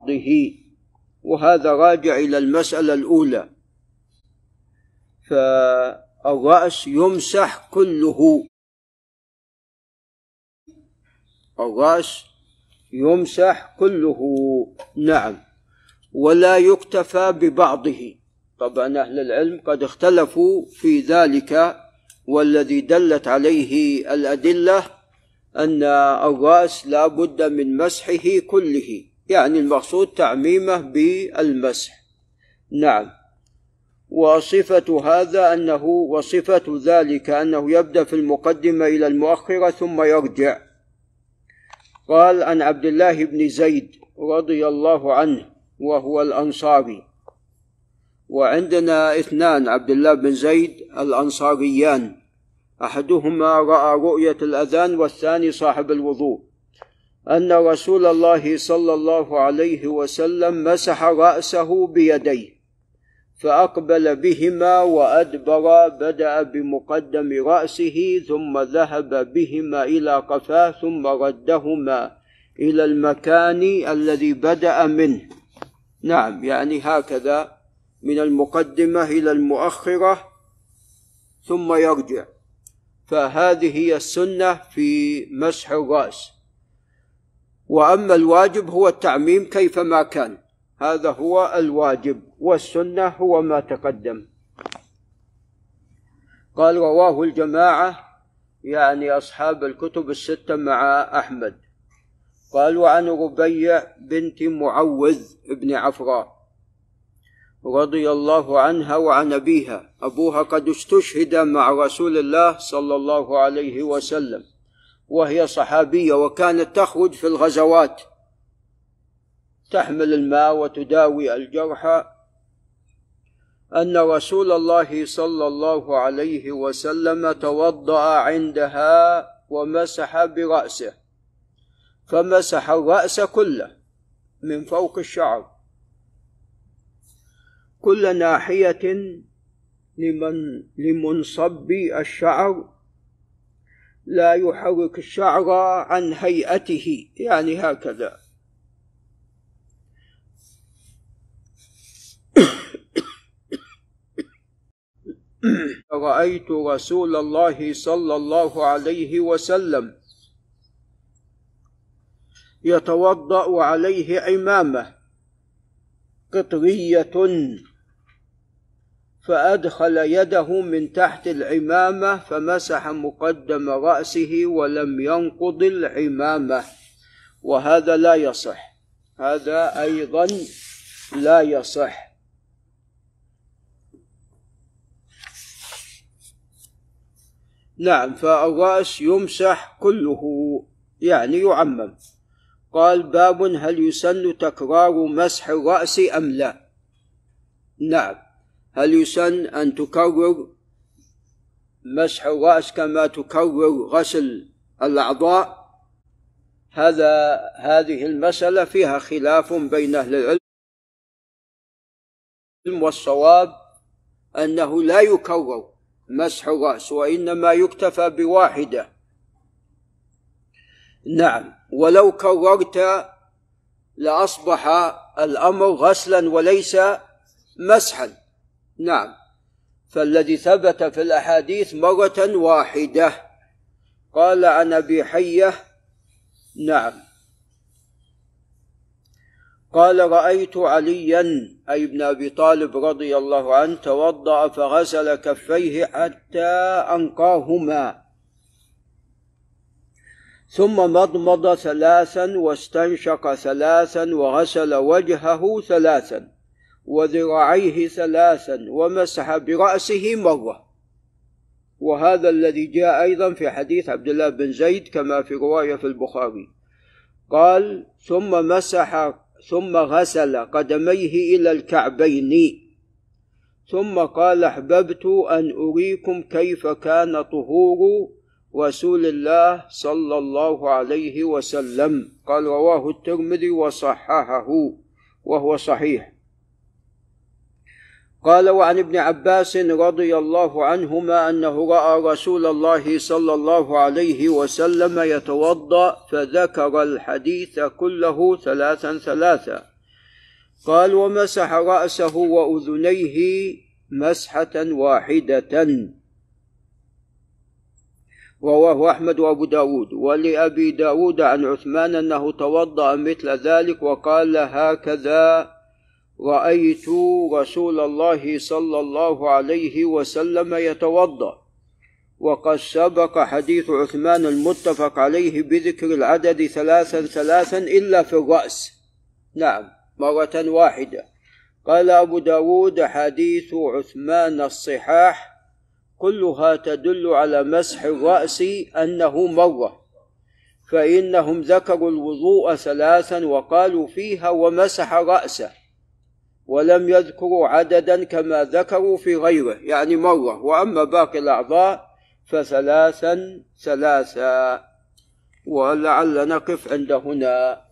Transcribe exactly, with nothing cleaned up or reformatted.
وهذا راجع إلى المسألة الأولى. فالرأس يمسح كله، الرأس يمسح كله. نعم. ولا يكتفى ببعضه. طبعا أهل العلم قد اختلفوا في ذلك، والذي دلت عليه الأدلة أن الرأس لا بد من مسحه كله، يعني المقصود تعميمه بالمسح. نعم. وصفة هذا أنه وصفة ذلك أنه يبدأ في المقدمة إلى المؤخرة ثم يرجع. قال عن عبد الله بن زيد رضي الله عنه وهو الأنصاري، وعندنا اثنان عبد الله بن زيد الأنصاريان، أحدهما رأى رؤية الأذان والثاني صاحب الوضوء، أن رسول الله صلى الله عليه وسلم مسح رأسه بيديه فأقبل بهما وأدبر، بدأ بمقدم رأسه ثم ذهب بهما إلى قفاه ثم ردهما إلى المكان الذي بدأ منه. نعم، يعني هكذا من المقدمة إلى المؤخرة ثم يرجع. فهذه هي السنة في مسح الرأس. وأما الواجب هو التعميم كيفما كان، هذا هو الواجب، والسنة هو ما تقدم. قال رواه الجماعة، يعني أصحاب الكتب الستة مع أحمد. قال وعن ربيع بنت معوذ بن عفراء رضي الله عنها وعن أبيها، أبوها قد استشهد مع رسول الله صلى الله عليه وسلم، وهي صحابية وكانت تخرج في الغزوات تحمل الماء وتداوي الجرحى، أن رسول الله صلى الله عليه وسلم توضأ عندها ومسح برأسه، فمسح الرأس كله من فوق الشعر كل ناحية لمن لمنصب الشعر، لا يحرك الشعر عن هيئته، يعني هكذا. رأيت رسول الله صلى الله عليه وسلم يتوضأ عليه عمامة قطرية، فأدخل يده من تحت العمامة فمسح مقدم رأسه ولم ينقض العمامة، وهذا لا يصح، هذا أيضا لا يصح. نعم، فالرأس يمسح كله، يعني يعمم. قال باب هل يسن تكرار مسح الرأس أم لا؟ نعم، هل يسن أن تكرر مسح الرأس كما تكرر غسل الأعضاء؟ هذا هذه المسألة فيها خلاف بين أهل العلم، والصواب أنه لا يكرر مسح الرأس، وإنما يكتفى بواحدة. نعم، ولو كررت لأصبح الأمر غسلا وليس مسحا. نعم، فالذي ثبت في الأحاديث مرة واحدة. قال عن أبي حية، نعم، قال رأيت عليا أي ابن أبي طالب رضي الله عنه توضأ فغسل كفيه حتى أنقاهما، ثم مضمض ثلاثا واستنشق ثلاثا وغسل وجهه ثلاثا وذراعيه ثلاثا ومسح برأسه مرة. وهذا الذي جاء أيضا في حديث عبد الله بن زيد كما في رواية في البخاري. قال ثم مسح ثم غسل قدميه إلى الكعبين، ثم قال أحببت أن أريكم كيف كان طهور رسول الله صلى الله عليه وسلم. قال رواه الترمذي وصححه وهو صحيح. قال وعن ابن عباس رضي الله عنهما أنه رأى رسول الله صلى الله عليه وسلم يتوضأ، فذكر الحديث كله ثلاثا ثلاثا، قال ومسح رأسه وأذنيه مسحة واحدة. رواه أحمد وأبو داود. ولأبي داود عن عثمان أنه توضأ مثل ذلك وقال هكذا رأيت رسول الله صلى الله عليه وسلم يتوضأ. وقد سبق حديث عثمان المتفق عليه بذكر العدد ثلاثا ثلاثا إلا في الرأس، نعم مرة واحدة. قال أبو داود حديث عثمان الصحاح كلها تدل على مسح الرأس أنه مرة، فإنهم ذكروا الوضوء ثلاثا وقالوا فيها ومسح رأسه، ولم يذكروا عددا كما ذكروا في غيره يعني مرة، وأما باقي الأعضاء فثلاثا ثلاثا. ولعل نقف عند هنا.